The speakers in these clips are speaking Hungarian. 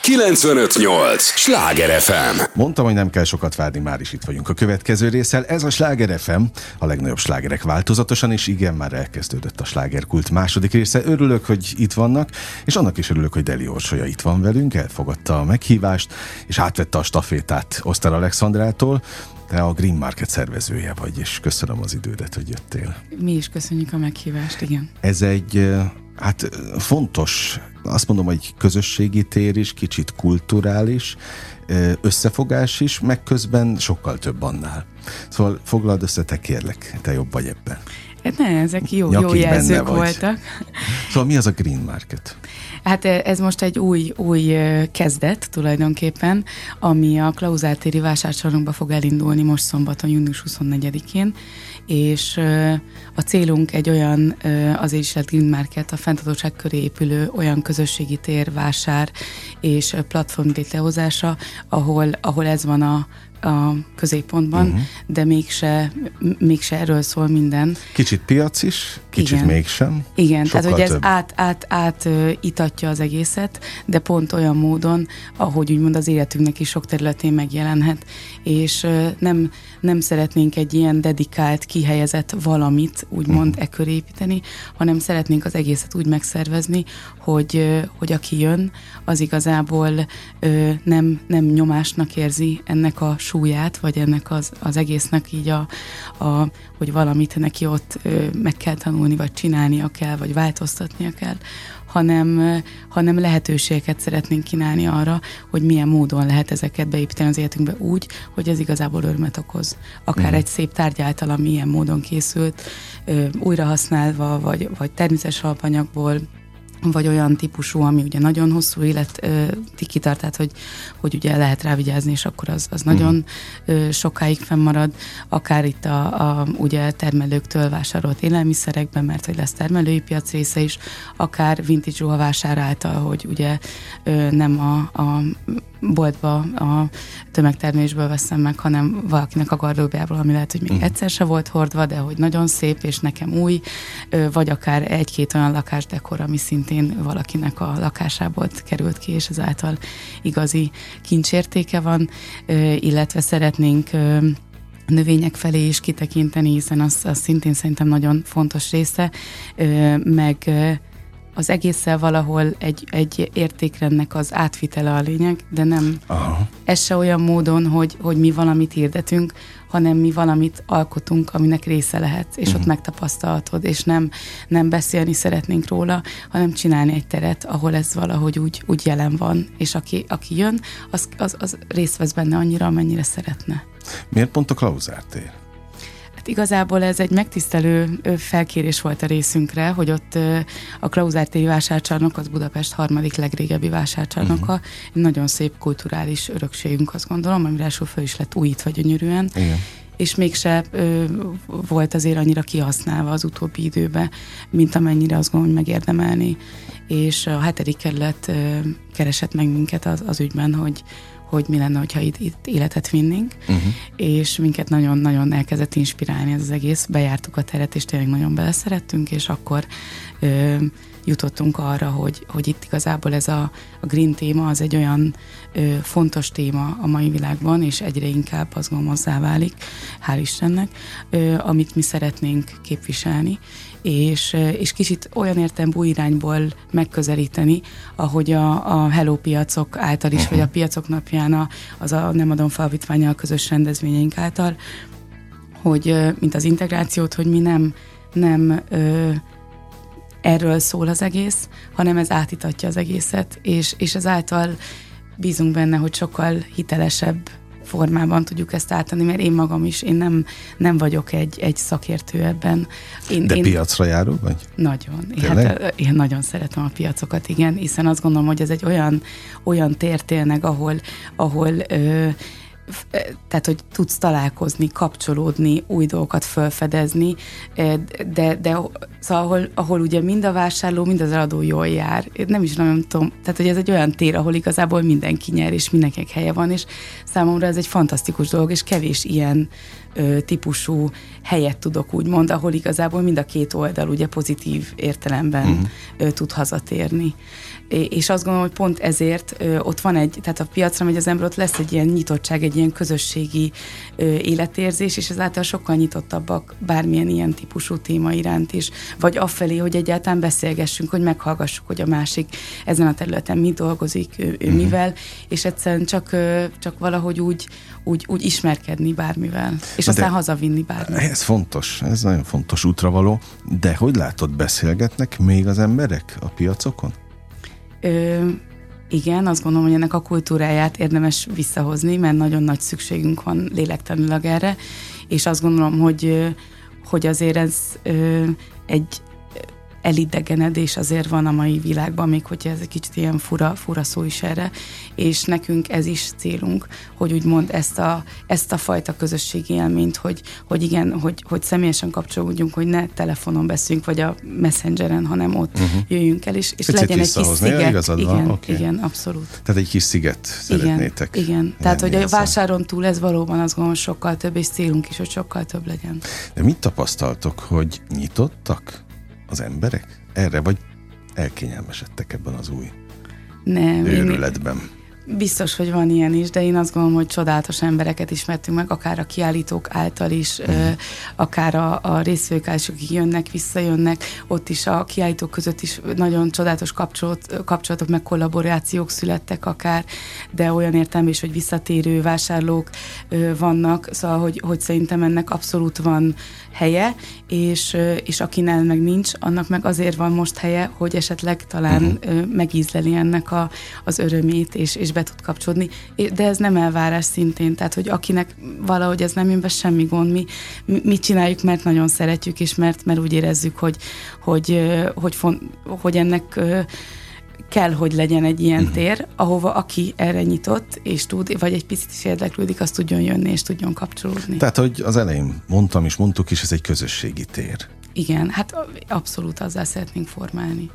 95.8 Sláger FM. Mondtam, hogy nem kell sokat várni, már is itt vagyunk a következő résszel. Ez a Sláger FM, a legnagyobb slágerek változatosan, és igen, már elkezdődött a slágerkult második része. Örülök, hogy itt vannak, és annak is örülök, hogy Deli Orsolya itt van velünk, elfogadta a meghívást, és átvette a stafétát Oszter Alexandrától. Te a Green Market szervezője vagy, és köszönöm az idődet, hogy jöttél. Mi is köszönjük a meghívást, igen. Ez egy fontos, azt mondom, hogy közösségi tér is, kicsit kulturális, összefogás is, meg közben sokkal több annál. Szóval foglald össze, te kérlek, te jobb vagy ebben. Hát ne, ezek jó jelzők voltak. Szóval mi az a Green Market? Hát ez most egy új kezdet tulajdonképpen, ami a Klauzál téri vásárcsarnokba fog elindulni most szombaton, június 24-én, és a célunk egy olyan, azért is lett Green Market, a fenntarthatóság köré épülő olyan közösségi tér, vásár és platform létrehozása, ahol ez van a középpontban, de mégse erről szól minden. Kicsit piac is, kicsit igen. Mégsem. Igen, sokkal tehát hogy több. ez itatja az egészet, de pont olyan módon, ahogy úgymond az életünknek is sok területén megjelenhet, és nem szeretnénk egy ilyen dedikált, kihelyezett valamit úgymond e köré építeni, hanem szeretnénk az egészet úgy megszervezni, hogy aki jön, az igazából nem nyomásnak érzi ennek a súlyát, vagy ennek az egésznek így hogy valamit neki ott meg kell tanulni, vagy csinálnia kell, vagy változtatnia kell, hanem lehetőségeket szeretnénk kínálni arra, hogy milyen módon lehet ezeket beépíteni az életünkbe úgy, hogy ez igazából örömet okoz. Akár egy szép tárgy által, ami ilyen módon készült, újrahasználva, vagy természetes alapanyagból, vagy olyan típusú, ami ugye nagyon hosszú életig kitart, tehát hogy ugye lehet rá vigyázni, és akkor az nagyon sokáig fennmarad, akár itt ugye termelőktől vásárolt élelmiszerekben, mert hogy lesz termelői piac része is, akár vintage ruhavásár által, hogy ugye nem a boltba a tömegtermésből veszem meg, hanem valakinek a gardróbjából, ami lehet, hogy még egyszer se volt hordva, de hogy nagyon szép, és nekem új, vagy akár egy-két olyan lakásdekor, ami szintén valakinek a lakásából került ki, és ezáltal igazi kincsértéke van, illetve szeretnénk növények felé is kitekinteni, hiszen az szintén szerintem nagyon fontos része, meg az egésszel valahol egy értékrendnek az átvitele a lényeg, de nem ez se olyan módon, hogy mi valamit hirdetünk, hanem mi valamit alkotunk, aminek része lehet, és ott megtapasztalhatod, és nem beszélni szeretnénk róla, hanem csinálni egy teret, ahol ez valahogy úgy jelen van, és aki jön, az részt vesz benne annyira, amennyire szeretne. Miért pont a Klauzál tér? Igazából ez egy megtisztelő felkérés volt a részünkre, hogy ott a Klauzál téri vásárcsarnok az Budapest harmadik legrégebbi vásárcsarnoka. Egy nagyon szép kulturális örökségünk, azt gondolom, amire első föl is lett újítva gyönyörűen. Igen. És mégse volt azért annyira kihasználva az utóbbi időben, mint amennyire azt gondolom, hogy megérdemelni. És a 7. kerület keresett meg minket az ügyben, hogy mi lenne, hogyha itt életet vinnénk, és minket nagyon-nagyon elkezdett inspirálni ez az egész. Bejártuk a teret, és tényleg nagyon beleszerettünk, és akkor jutottunk arra, hogy itt igazából ez a green téma az egy olyan fontos téma a mai világban, és egyre inkább azt gondolom hozzá válik, hál' Istennek, amit mi szeretnénk képviselni, és kicsit olyan értelemben új irányból megközelíteni, ahogy a Hello piacok által is, vagy a piacok napján az a Nem adom fel alapítvánnyal közös rendezvényeink által, hogy mint az integrációt, hogy mi nem erről szól az egész, hanem ez átítatja az egészet, és ezáltal bízunk benne, hogy sokkal hitelesebb formában tudjuk ezt átadni, mert én magam is, én nem vagyok egy szakértő ebben. De piacra járó vagy? Nagyon. Én nagyon szeretem a piacokat, igen, hiszen azt gondolom, hogy ez egy olyan tér tényleg, ahol tehát, hogy tudsz találkozni, kapcsolódni, új dolgokat felfedezni, de szóval, ahol ugye mind a vásárló, mind az eladó jól jár. Nem is nagyon tudom, tehát, hogy ez egy olyan tér, ahol igazából mindenki nyer, és mindenkinek helye van, és számomra ez egy fantasztikus dolog, és kevés ilyen típusú helyet tudok úgymond, ahol igazából mind a két oldal ugye pozitív értelemben tud hazatérni. És azt gondolom, hogy pont ezért ott van tehát a piacra megy az ember, ott lesz egy ilyen nyitottság, egy ilyen közösségi életérzés, és ezáltal sokkal nyitottabbak bármilyen ilyen típusú téma iránt is, vagy afelé, hogy egyáltalán beszélgessünk, hogy meghallgassuk, hogy a másik ezen a területen mit dolgozik, ő mivel, és egyszerűen csak valahogy úgy ismerkedni bármivel, és aztán hazavinni bármivel. Ez fontos, ez nagyon fontos útravaló, de hogy látod, beszélgetnek még az emberek a piacokon? Igen, azt gondolom, hogy ennek a kultúráját érdemes visszahozni, mert nagyon nagy szükségünk van lélektanilag erre, és azt gondolom, hogy azért ez egy elidegenedés azért van a mai világban, még hogyha ez egy kicsit ilyen fura szó is erre, és nekünk ez is célunk, hogy úgymond ezt a fajta közösségi élményt, hogy igen, hogy személyesen kapcsolódjunk, hogy ne telefonon beszéljünk, vagy a Messengeren, hanem ott jöjjünk el, és legyen egy kis sziget. Igen, abszolút. Tehát egy kis sziget szeretnétek. Igen. Tehát, hogy a vásáron túl ez valóban azt gondolom sokkal több, és célunk is, hogy sokkal több legyen. De mit tapasztaltok, hogy nyitottak az emberek erre, vagy elkényelmesedtek ebben az új őrületben? Biztos, hogy van ilyen is, de én azt gondolom, hogy csodálatos embereket ismertünk meg, akár a kiállítók által is, akár a részvevők által, akik jönnek, visszajönnek, ott is a kiállítók között is nagyon csodálatos kapcsolatok, meg kollaborációk születtek akár, de olyan értelmű is, hogy visszatérő vásárlók vannak, szóval, hogy szerintem ennek abszolút van helye, és akinek meg nincs, annak meg azért van most helye, hogy esetleg talán megízleli ennek az örömét, és be tud kapcsolódni, de ez nem elvárás szintén, tehát, hogy akinek valahogy ez nem jön be, semmi gond, mi csináljuk, mert nagyon szeretjük, és mert úgy érezzük, hogy ennek kell, hogy legyen egy ilyen tér, ahova aki erre nyitott, és tud, vagy egy picit is érdeklődik, azt tudjon jönni, és tudjon kapcsolódni. Tehát, hogy az elején mondtuk is, ez egy közösségi tér. Igen, hát abszolút azzal szeretnénk formálni.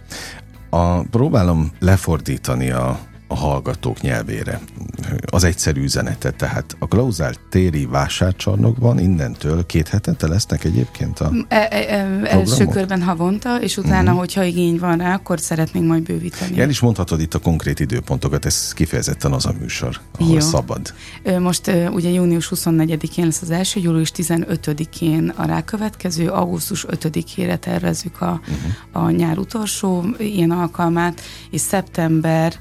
Próbálom lefordítani a hallgatók nyelvére az egyszerű üzenetet, tehát a Klauzál téri vásárcsarnokban innentől 2 hetente lesznek egyébként a első körben havonta, és utána, hogyha igény van rá, akkor szeretnénk majd bővíteni. El is mondhatod itt a konkrét időpontokat, ez kifejezetten az a műsor, ahol szabad. Most ugye június 24-én lesz az első, július 15-én a rákövetkező, augusztus 5-ére tervezzük a nyár utolsó ilyen alkalmát, és szeptember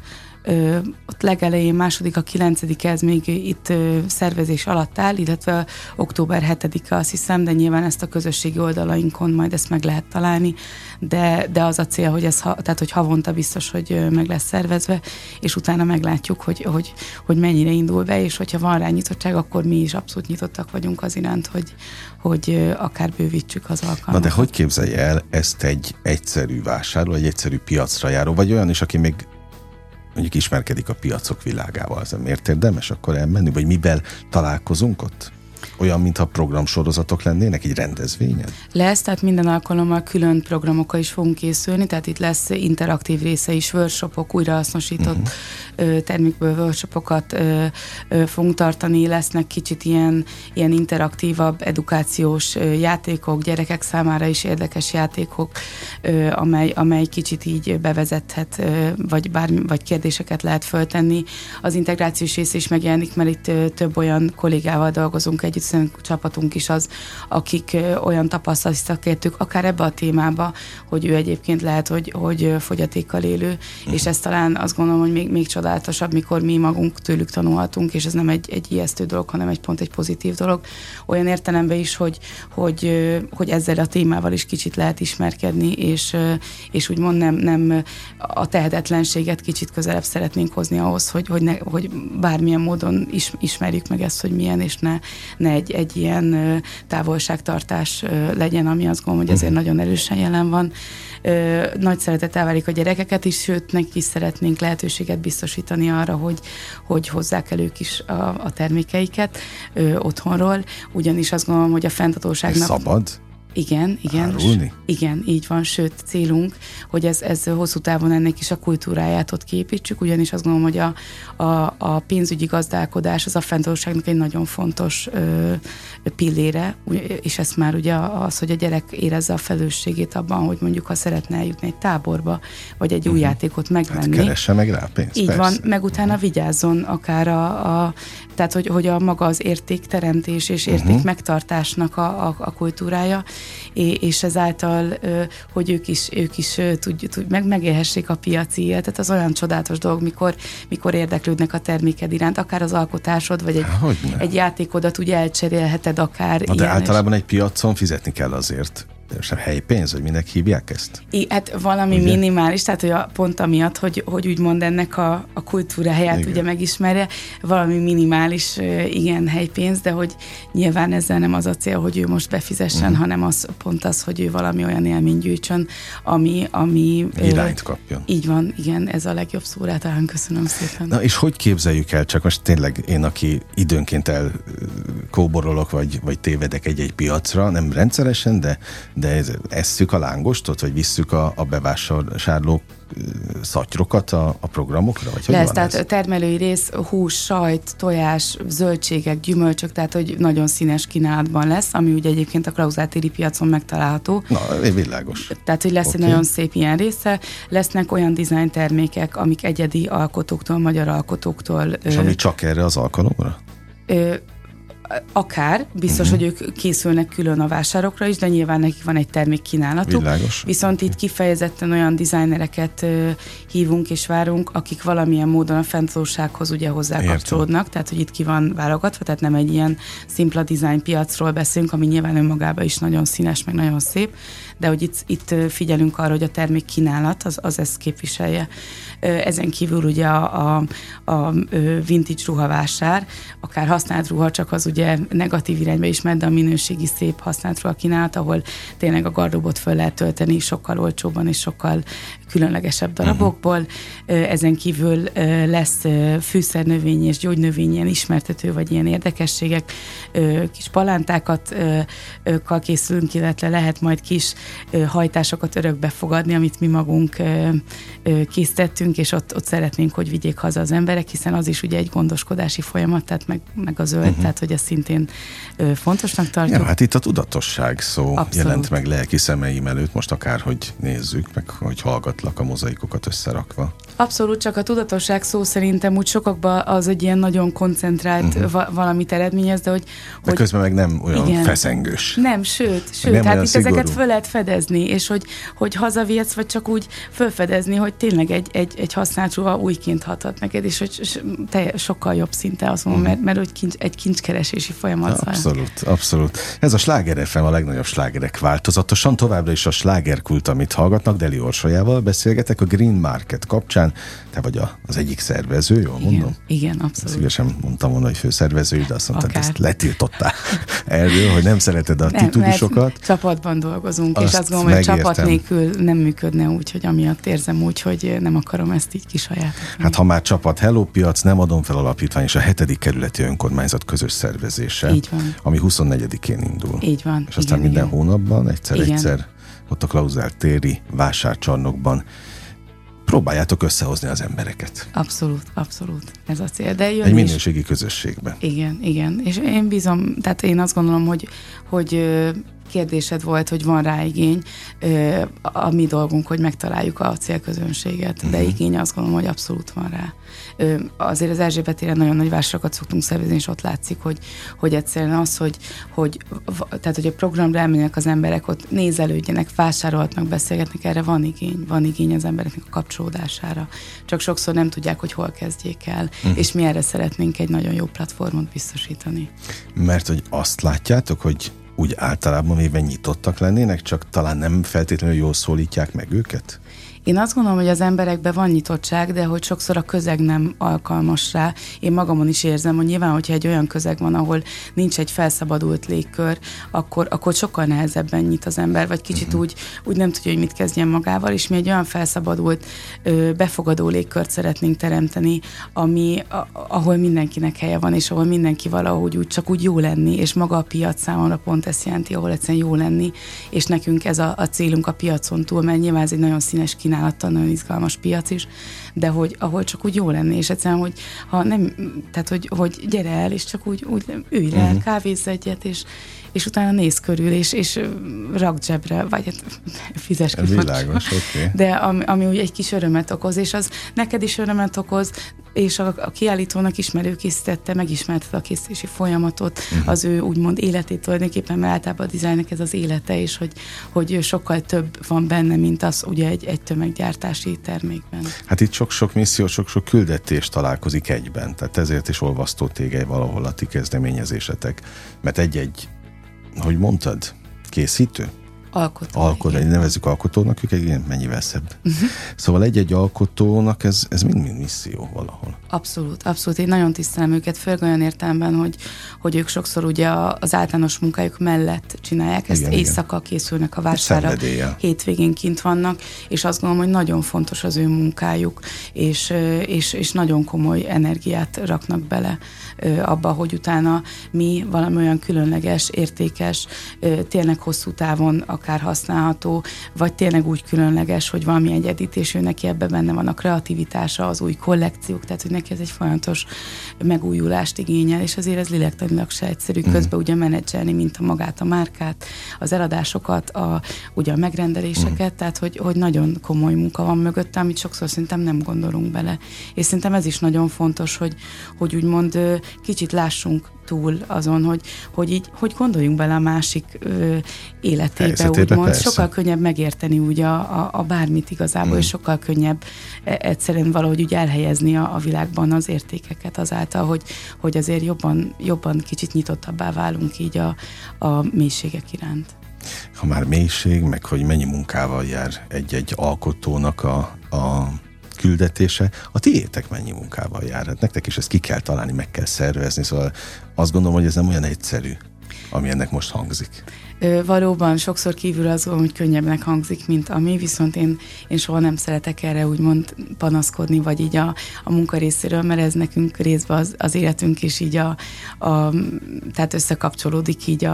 ott legelején, 2.-9. ez még itt szervezés alatt áll, illetve október 7-e azt hiszem, de nyilván ezt a közösségi oldalainkon majd ezt meg lehet találni, de az a cél, hogy tehát hogy havonta biztos, hogy meg lesz szervezve, és utána meglátjuk, hogy mennyire indul be, és hogyha van rá nyitottság, akkor mi is abszolút nyitottak vagyunk az iránt, hogy akár bővítsük az alkalmat. Na de hogy képzelje el ezt egy egyszerű vásárló, egy egyszerű piacra járó, vagy olyan is, aki még mondjuk ismerkedik a piacok világával, az miért érdemes akkor elmenni, vagy mivel találkozunk ott? Olyan, mintha programsorozatok lennének, egy rendezvényen? Lesz, tehát minden alkalommal külön programokkal is fogunk készülni, tehát itt lesz interaktív része is, workshopok, újrahasznosított termékből workshopokat fogunk tartani, lesznek kicsit ilyen interaktívabb, edukációs játékok, gyerekek számára is érdekes játékok, amely kicsit így bevezethet, vagy kérdéseket lehet föltenni. Az integrációs rész is megjelenik, mert itt több olyan kollégával dolgozunk együtt, csapatunk is az, akik olyan tapasztalatok, akár ebbe a témába, hogy ő egyébként lehet, hogy fogyatékkal élő, és ez talán azt gondolom, hogy még csodálatosabb, mikor mi magunk tőlük tanulhatunk, és ez nem egy ijesztő dolog, hanem egy pozitív dolog. Olyan értelemben is, hogy ezzel a témával is kicsit lehet ismerkedni, és úgymond nem a tehetetlenséget kicsit közelebb szeretnénk hozni ahhoz, hogy bármilyen módon ismerjük meg ezt, hogy milyen, és ne egy ilyen távolságtartás legyen, ami azt gondolom, hogy azért nagyon erősen jelen van. Nagy szeretettel várjuk a gyerekeket is, sőt, nekik is szeretnénk lehetőséget biztosítani arra, hogy hozzák el ők is a termékeiket otthonról, ugyanis azt gondolom, hogy a fenntarthatóságnak... Ez szabad? Igen. árulni? Igen, így van, sőt célunk, hogy ez hosszú távon ennek is a kultúráját ott képítsük, ugyanis azt gondolom, hogy a pénzügyi gazdálkodás az a fenntarthatóságnak egy nagyon fontos pillére, és ez már ugye az, hogy a gyerek érezze a felelősségét abban, hogy mondjuk ha szeretne eljutni egy táborba, vagy egy új játékot megvenni. Hát keresse meg rá pénzt. Így persze. van, meg utána vigyázzon akár tehát, hogy a maga az értékteremtés és érték megtartásnak a kultúrája, és ezáltal, hogy ők is megélhessék a piaci életet, az olyan csodálatos dolog, mikor érdeklődnek a terméked iránt, akár az alkotásod, vagy egy játékodat úgy elcserélheted akár. De általában egy piacon fizetni kell azért. Sem helypénz, hogy minek hívják ezt? Hát valami ugye? Minimális, tehát hogy pont amiatt, hogy úgymond ennek a kultúráját ugye megismerje, valami minimális, igen, helypénz, de hogy nyilván ezzel nem az a cél, hogy ő most befizessen, hanem pont az, hogy ő valami olyan élményt gyűjtsön, ami irányt kapjon. Így van, igen, ez a legjobb szó rá, talán köszönöm szépen. Na és hogy képzeljük el, csak most tényleg én, aki időnként elkóborolok, vagy tévedek egy piacra, nem rendszeresen, de esszük a lángostot, vagy visszük a bevásárló szatyrokat a programokra? Vagy lesz, tehát ez? Termelői rész, hús, sajt, tojás, zöldségek, gyümölcsök, tehát hogy nagyon színes kínálatban lesz, ami ugye egyébként a Klauzál-téri piacon megtalálható. Na, világos. Tehát, hogy lesz egy nagyon szép ilyen része. Lesznek olyan design termékek, amik egyedi alkotóktól, magyar alkotóktól. És ami csak erre az alkalomra? Akár, biztos, hogy ők készülnek külön a vásárokra is, de nyilván nekik van egy termékkínálatuk. Világos. Viszont itt kifejezetten olyan designereket hívunk és várunk, akik valamilyen módon a fenntarthatósághoz ugye hozzá kapcsolódnak, tehát hogy itt ki van válogatva, tehát nem egy ilyen szimpla design piacról beszélünk, ami nyilván önmagában is nagyon színes, meg nagyon szép, de hogy itt figyelünk arra, hogy a termékkínálat az ezt képviselje. Ezen kívül ugye a vintage ruhavásár, akár használt ruha, csak az ugye negatív irányba is megy, de a minőségi szép használt ruha kínálat, ahol tényleg a gardróbot föl lehet tölteni sokkal olcsóbban és sokkal különlegesebb darabokból. Ezen kívül lesz fűszernövény és gyógynövény, ilyen ismertető vagy ilyen érdekességek, kis palántákat készülünk, illetve lehet majd kis hajtásokat örökbe fogadni, amit mi magunk készítettünk, és ott szeretnénk, hogy vigyék haza az emberek, hiszen az is ugye egy gondoskodási folyamat, tehát meg a zöld, tehát hogy ezt szintén fontosnak tartjuk. Ja, hát itt a tudatosság szó abszolút jelent meg lelki szemeim előtt, most akárhogy nézzük, meg hogy hallgatlak a mozaikokat összerakva. Abszolút, csak a tudatosság szó szerintem úgy sokakban az egy ilyen nagyon koncentrált valamit eredményez, de de közben meg nem olyan feszengős. Nem, sőt, hát itt ezeket föl lehet fedezni, és hogy hazavihetsz, vagy csak úgy fölfedezni, hogy tényleg egy használt ruha újként hathat neked, és hogy sokkal jobb szinte, azt mondom, mert hogy egy kincskeresési folyamat. Abszolút. Ez a Sláger FM, a legnagyobb slágerek változatosan, továbbra is a slágerkult, amit hallgatnak, Deli Orsolyával beszélgetek a Green Market kapcsán. Te vagy az egyik szervező, jól mondom? Igen, abszolút. Szívesen mondtam volna, hogy főszervező, de azt mondtad, ezt letiltottál erről, hogy nem szereted a titulusokat. Csapatban dolgozunk, és azt gondolom, hogy csapat nélkül nem működne úgy, hogy amiatt érzem úgy, hogy nem akarom ezt így kisajátítani. Hát ha már csapat, Hello Piac, Nem adom fel alapítvány és a 7. kerületi önkormányzat közös szervezése, ami 24-én indul. Így van. És aztán minden hónapban egyszer ott a Klauzál-téri vásárcsarnokban próbáljátok összehozni az embereket. Abszolút. Ez a cél. De egy minőségi közösségben. Igen. És én bízom, tehát én azt gondolom, hogy kérdésed volt, hogy van rá igény, a mi dolgunk, hogy megtaláljuk a célközönséget, de igény azt gondolom, hogy abszolút van rá. Azért az Erzsébet téren nagyon nagy vásárokat szoktunk szervezni, és ott látszik, hogy egyszerűen az, hogy a programra elmennek az emberek, ott nézelődjenek, vásárolhatnak, beszélgetnek, erre van igény az embereknek a kapcsolódására. Csak sokszor nem tudják, hogy hol kezdjék el, és mi erre szeretnénk egy nagyon jó platformot biztosítani. Mert hogy azt látjátok, hogy úgy általában véve nyitottak lennének, csak talán nem feltétlenül jól szólítják meg őket? Én azt gondolom, hogy az emberekben van nyitottság, de hogy sokszor a közeg nem alkalmas rá. Én magamon is érzem, hogy nyilván, hogyha egy olyan közeg van, ahol nincs egy felszabadult légkör, akkor sokkal nehezebben nyit az ember, vagy kicsit úgy nem tudja, hogy mit kezdjen magával, és mi egy olyan felszabadult, befogadó légkört szeretnénk teremteni, ahol mindenkinek helye van, és ahol mindenki valahogy csak úgy jó lenni, és maga a piac számomra pont ezt jelenti, ahol egyszerűen jó lenni, és nekünk ez a célunk a piacon túl, mert nyilván ez egy nagyon színes kínálattal, nagyon izgalmas piac is, de hogy ahol csak úgy jó lenni, és egyszerűen, hogy ha nem, tehát hogy gyere el, és csak úgy ülj le, kávézz egyet, és utána nézz körül, és rakd zsebre, vagy hát fizes ki. Világos, oké. De ami úgy egy kis örömet okoz, és az neked is örömet okoz, és a kiállítónak is, mert ő készítette, megismerted a készítési folyamatot, az ő úgymond életét tulajdonképpen, mert általában a dizájnnek ez az élete, és hogy sokkal több van benne, mint az ugye egy tömeggyártási termékben. Hát itt sok-sok misszió, sok-sok küldetés találkozik egyben, tehát ezért is olvasztó tégely valahol a ti kezdeményezésetek, mert egy hogy mondtad, készítő? Alkotó, nevezzük alkotónak, ők egy mennyivel szebb. Szóval egy-egy alkotónak ez mind misszió valahol. Abszolút. Én nagyon tisztelem őket, főleg olyan értelemben, hogy ők sokszor ugye az általános munkájuk mellett csinálják, ezt éjszaka készülnek a vásárra, hétvégén kint vannak, és azt gondolom, hogy nagyon fontos az ő munkájuk, és nagyon komoly energiát raknak bele abba, hogy utána mi valami olyan különleges, értékes, tényleg hosszú távon akár használható, vagy tényleg úgy különleges, hogy valami egyedít, és ő neki ebben benne van a kreativitása, az új kollekciók, tehát hogy neki ez egy folyamatos megújulást igényel, és azért ez lélektanilag se egyszerű közben ugye menedzselni, mint magát a márkát, az eladásokat, ugye a megrendeléseket, tehát hogy nagyon komoly munka van mögötte, amit sokszor szerintem nem gondolunk bele. És szerintem ez is nagyon fontos, hogy úgymond kicsit lássunk túl azon, hogy gondoljunk bele a másik életébe, úgymond. Sokkal könnyebb megérteni ugye a bármit igazából, és sokkal könnyebb egyszerűen valahogy úgy elhelyezni a világban az értékeket azáltal, hogy azért jobban kicsit nyitottabbá válunk így a mélységek iránt. Ha már mélység, meg hogy mennyi munkával jár egy alkotónak a küldetése, a tiétek mennyi munkával jár? Hát nektek is ezt ki kell találni, meg kell szervezni, szóval azt gondolom, hogy ez nem olyan egyszerű, ami ennek most hangzik. Valóban sokszor kívül az, hogy könnyebbnek hangzik, mint ami, viszont én soha nem szeretek erre úgymond panaszkodni, vagy így a munka részéről, mert ez nekünk részben az életünk is így tehát összekapcsolódik így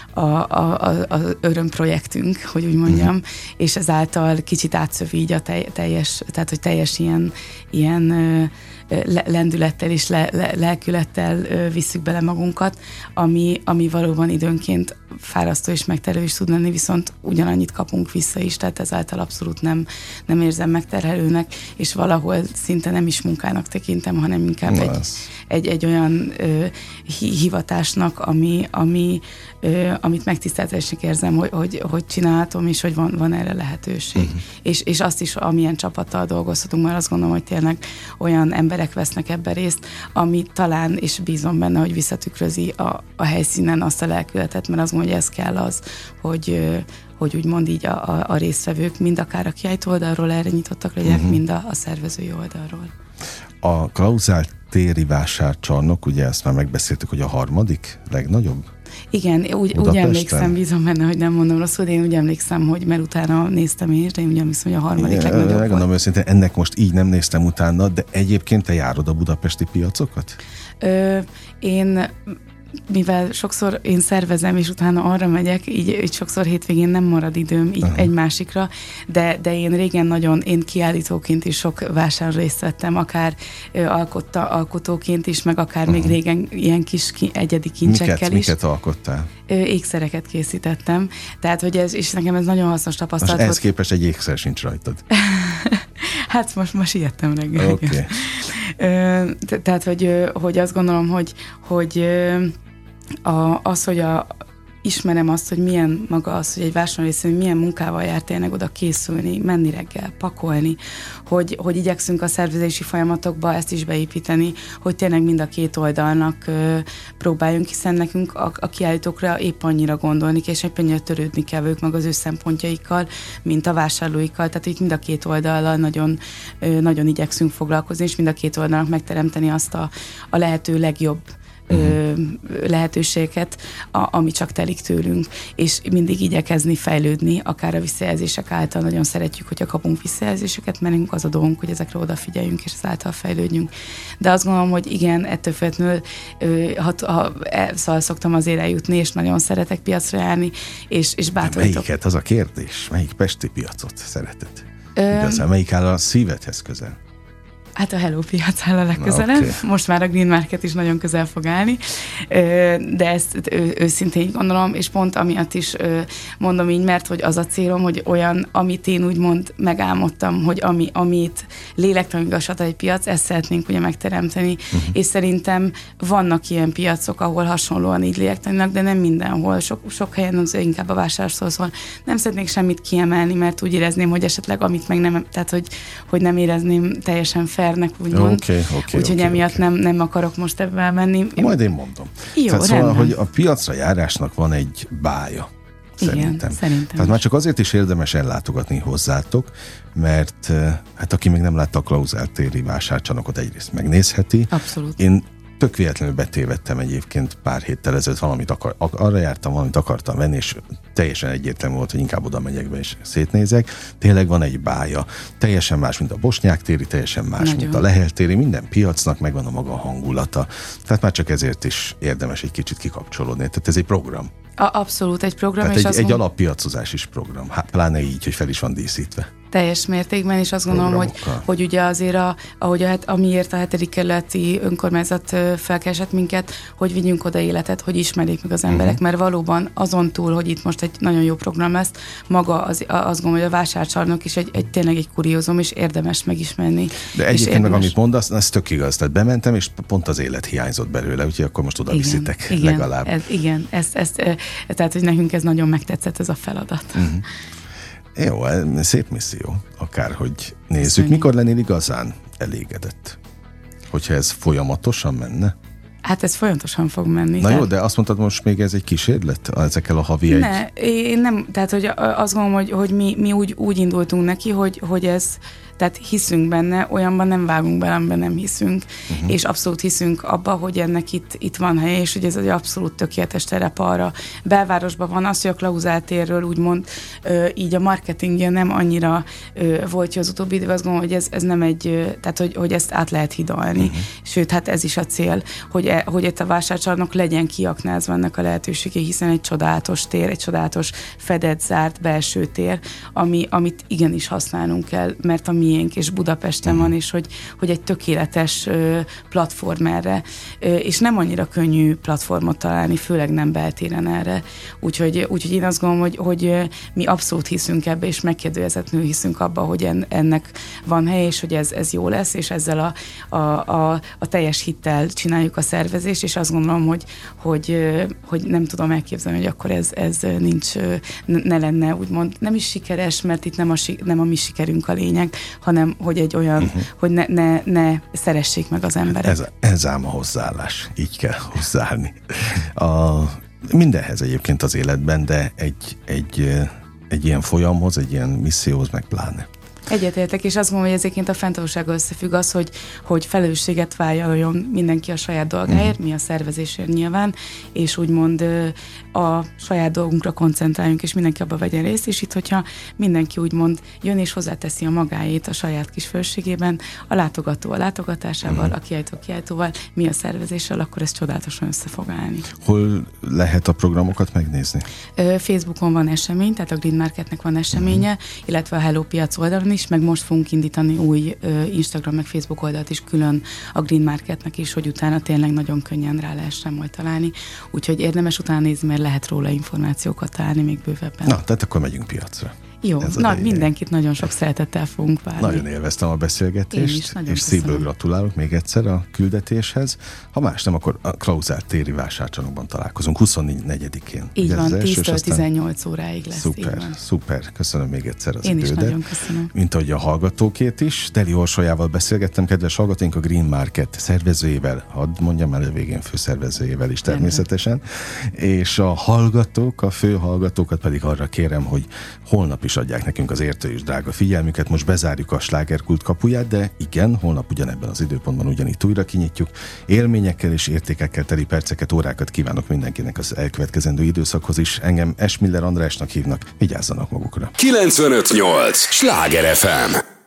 az örömprojektünk, hogy úgy mondjam, és ezáltal kicsit átszövi így a tehát hogy teljes ilyen lendülettel és lelkülettel visszük bele magunkat, ami valóban időnként fárasztó és megterhelő is tud lenni, viszont ugyanannyit kapunk vissza is, tehát ezáltal abszolút nem érzem megterhelőnek, és valahol szinte nem is munkának tekintem, hanem inkább egy olyan hivatásnak, amit megtiszteltetésnek érzem, hogy csinálhatom, és hogy van erre lehetőség. És azt is, amilyen csapattal dolgozhatunk, mert azt gondolom, hogy tényleg olyan emberek vesznek ebben részt, ami talán, és bízom benne, hogy visszatükrözi a helyszínen azt a lelkületet, mert azt mondom, hogy ez kell az, hogy úgymond így a résztvevők mind akár a kiállító oldalról erre nyitottak legyenek, mind a szervezői oldalról. A Klauzál téri vásárcsarnok, ugye ezt már megbeszéltük, hogy a harmadik legnagyobb? Igen, úgy emlékszem, bízom benne, hogy nem mondom rosszul, de én úgy emlékszem, hogy mert utána néztem én is, de én úgy emlékszem, hogy a harmadik legnagyobb volt. Megmondom őszintén, ennek most így nem néztem utána, de egyébként te járod a budapesti piacokat? Én mivel sokszor én szervezem, és utána arra megyek, így sokszor hétvégén nem marad időm így egy másikra, de én régen én kiállítóként is sok vásáron részt vettem, akár alkotóként is, meg akár még régen ilyen kis egyedi kincsekkel is. Miket alkottál? Ékszereket készítettem, tehát hogy és nekem ez nagyon hasznos tapasztalat volt. Ehhez képest egy ékszer sincs rajtad. Hát most ijedtem reggel. Okay. Tehát, hogy azt gondolom, hogy az, hogy ismerem azt, hogy milyen maga az, hogy egy vásárlórészén milyen munkával jár tényleg oda készülni, menni reggel, pakolni, hogy igyekszünk a szervezési folyamatokba ezt is beépíteni, hogy tényleg mind a két oldalnak próbáljunk, hiszen nekünk a kiállítókra épp annyira gondolni, és épp annyira törődni kell ők meg az ő szempontjaikkal, mint a vásárlóikkal, tehát itt mind a két oldallal nagyon, nagyon igyekszünk foglalkozni, és mind a két oldalnak megteremteni azt a lehető legjobb lehetőséget, ami csak telik tőlünk, és mindig igyekezni fejlődni, akár a visszajelzések által. Nagyon szeretjük, hogyha kapunk visszajelzéseket, mert nekünk az a dolgunk, hogy ezekre odafigyeljünk, és ezáltal fejlődjünk. De azt gondolom, hogy igen, ettől függetlenül szóval szoktam azért eljutni, és nagyon szeretek piacra járni, és bátorítok. Melyiket, az a kérdés? Melyik pesti piacot szereted? Igazán, melyik áll a szívedhez közel? Hát a Hello piac áll a legközelebb. Okay. Most már a Green Market is nagyon közel fog állni, de ezt őszintén így gondolom, és pont amiatt is mondom így, mert hogy az a célom, hogy olyan, amit én úgymond megálmodtam, hogy amit lélektanilag a egy piac, ezt szeretnénk ugye megteremteni, és szerintem vannak ilyen piacok, ahol hasonlóan így lélektanilag, de nem mindenhol. Sok helyen az inkább a vásárszól szól. Nem szeretnék semmit kiemelni, mert úgy érezném, hogy esetleg amit meg nem, tehát hogy nem érezném teljesen fairnek, úgymond. Úgyhogy emiatt nem akarok most ebben menni. Majd én mondom. Jó, tehát szóval, hogy a piacra járásnak van egy bája. Szerintem. Tehát már csak azért is érdemes ellátogatni hozzátok, mert hát aki még nem látta a Klauzál téri vásárcsarnokot, egyrészt megnézheti. Abszolút. Én tök véletlenül betévedtem egyébként pár héttel ezelőtt, arra jártam, valamit akartam venni, és teljesen egyértelmű volt, hogy inkább oda megyek be és szétnézek. Tényleg van egy bája. Teljesen más, mint a Bosnyák téri, teljesen más, mint a Lehel téri. Minden piacnak megvan a maga hangulata. Tehát már csak ezért is érdemes egy kicsit kikapcsolódni. Tehát ez egy program. Abszolút egy program. Tehát egy alappiacozás is program. Hát, pláne így, hogy fel is van díszítve. Teljes mértékben, és azt gondolom, hogy ugye azért, amiért a 7. kerületi önkormányzat felkeresett minket, hogy vigyünk oda életet, hogy ismerjék meg az emberek, mert valóban azon túl, hogy itt most egy nagyon jó program lesz, maga azt gondolom, hogy a vásárcsarnok is tényleg egy kuriózum, és érdemes megismerni. De egyébként meg amit mondasz, ez tök igaz. Tehát bementem, és pont az élet hiányzott belőle, úgyhogy akkor most oda viszitek legalább. Tehát, hogy nekünk ez nagyon megtetszett, ez a feladat. Jó, szép misszió, akárhogy nézzük. Mikor lennél igazán elégedett? Hogyha ez folyamatosan menne? Hát ez folyamatosan fog menni. Na jó, de azt mondtad most még ez egy kísérlet ezekkel a havi egy... Ne, én nem, tehát hogy azt gondolom, hogy mi úgy indultunk neki, hogy ez, tehát hiszünk benne, olyanban nem vágunk bele, amiben nem hiszünk, és abszolút hiszünk abba, hogy ennek itt van helye, és hogy ez egy abszolút tökéletes terep arra. Belvárosban van az, hogy a Klauzál térről úgymond így a marketingje nem annyira volt jó az utóbbi időben, azt gondolom, hogy ez nem egy, tehát hogy ezt át lehet hidalni. Sőt, hát ez is a cél, hogy itt a vásárcsarnok legyen kiaknázva ennek a lehetőségé, hiszen egy csodálatos tér, egy csodálatos fedett, zárt belső tér, amit igenis használnunk kell, mert a miénk, és Budapesten van, és hogy egy tökéletes platform erre, és nem annyira könnyű platformot találni, főleg nem beltéren erre. Úgyhogy én azt gondolom, hogy mi abszolút hiszünk ebbe, és megkérdőjezetlenül hiszünk abba, hogy ennek van hely, és hogy ez jó lesz, és ezzel a teljes hittel csináljuk a szervezést, és azt gondolom, hogy nem tudom elképzelni, hogy akkor ez nincs, ne lenne úgymond nem is sikeres, mert itt nem a mi sikerünk a lényeg, hanem hogy egy olyan, hogy ne szeressék meg az emberek. Ez ám a hozzáállás. Így kell hozzáállni. Mindenhez egyébként az életben, de egy ilyen folyamhoz, egy ilyen misszióhoz meg pláne. Egyetértek, és azt gondolom, hogy ezért a fenntarthatósággal összefügg az, hogy felelősséget vállaljon mindenki a saját dolgáért, mi a szervezésért nyilván, és úgymond a saját dolgunkra koncentráljunk, és mindenki abba vegyen részt, és itt, hogyha mindenki úgymond jön és hozzáteszi a magáét a saját kis fölségében, a látogató a látogatásával, a kiállító kiállítóval, mi a szervezéssel, akkor ez csodálatosan össze fog állni. Hol lehet a programokat megnézni? Facebookon van esemény, tehát a Green Marketnek van eseménye, illetve a Hello piac oldalon is, meg most fogunk indítani új Instagram meg Facebook oldalt is külön a Green Marketnek is, hogy utána tényleg nagyon könnyen rá lehessen majd találni. Úgyhogy érdemes utána nézni, mert lehet róla információkat találni még bővebben. Na, tehát akkor megyünk piacra. Jó, mindenkit nagyon sok szeretettel fogunk várni. Nagyon élveztem a beszélgetést, és szívből gratulálok még egyszer a küldetéshez. Ha más nem, akkor a Klauzál téri vásárcsarnokban találkozunk 24-én. Így van, 10-től 18 óráig lesz. Szuper. Köszönöm még egyszer az idődet. Én is nagyon köszönöm. Mint ahogy a hallgatókét is. Deli Orsolyával beszélgettem, kedves hallgatóink, a Green Market szervezőjével, hadd mondjam el a végén, főszervezőjével is természetesen, és a hallgatók, a fő hallgatókat pedig arra kérem, hogy holnap is adják nekünk az értő és drága figyelmüket. Most bezárjuk a Slágerkult kapuját, de igen, holnap ugyanebben az időpontban ugyanitt újra kinyitjuk. Élményekkel és értékekkel teli perceket, órákat kívánok mindenkinek az elkövetkezendő időszakhoz is. Engem Esmiller Andrásnak hívnak, vigyázzanak magukra. 95.8 Sláger FM.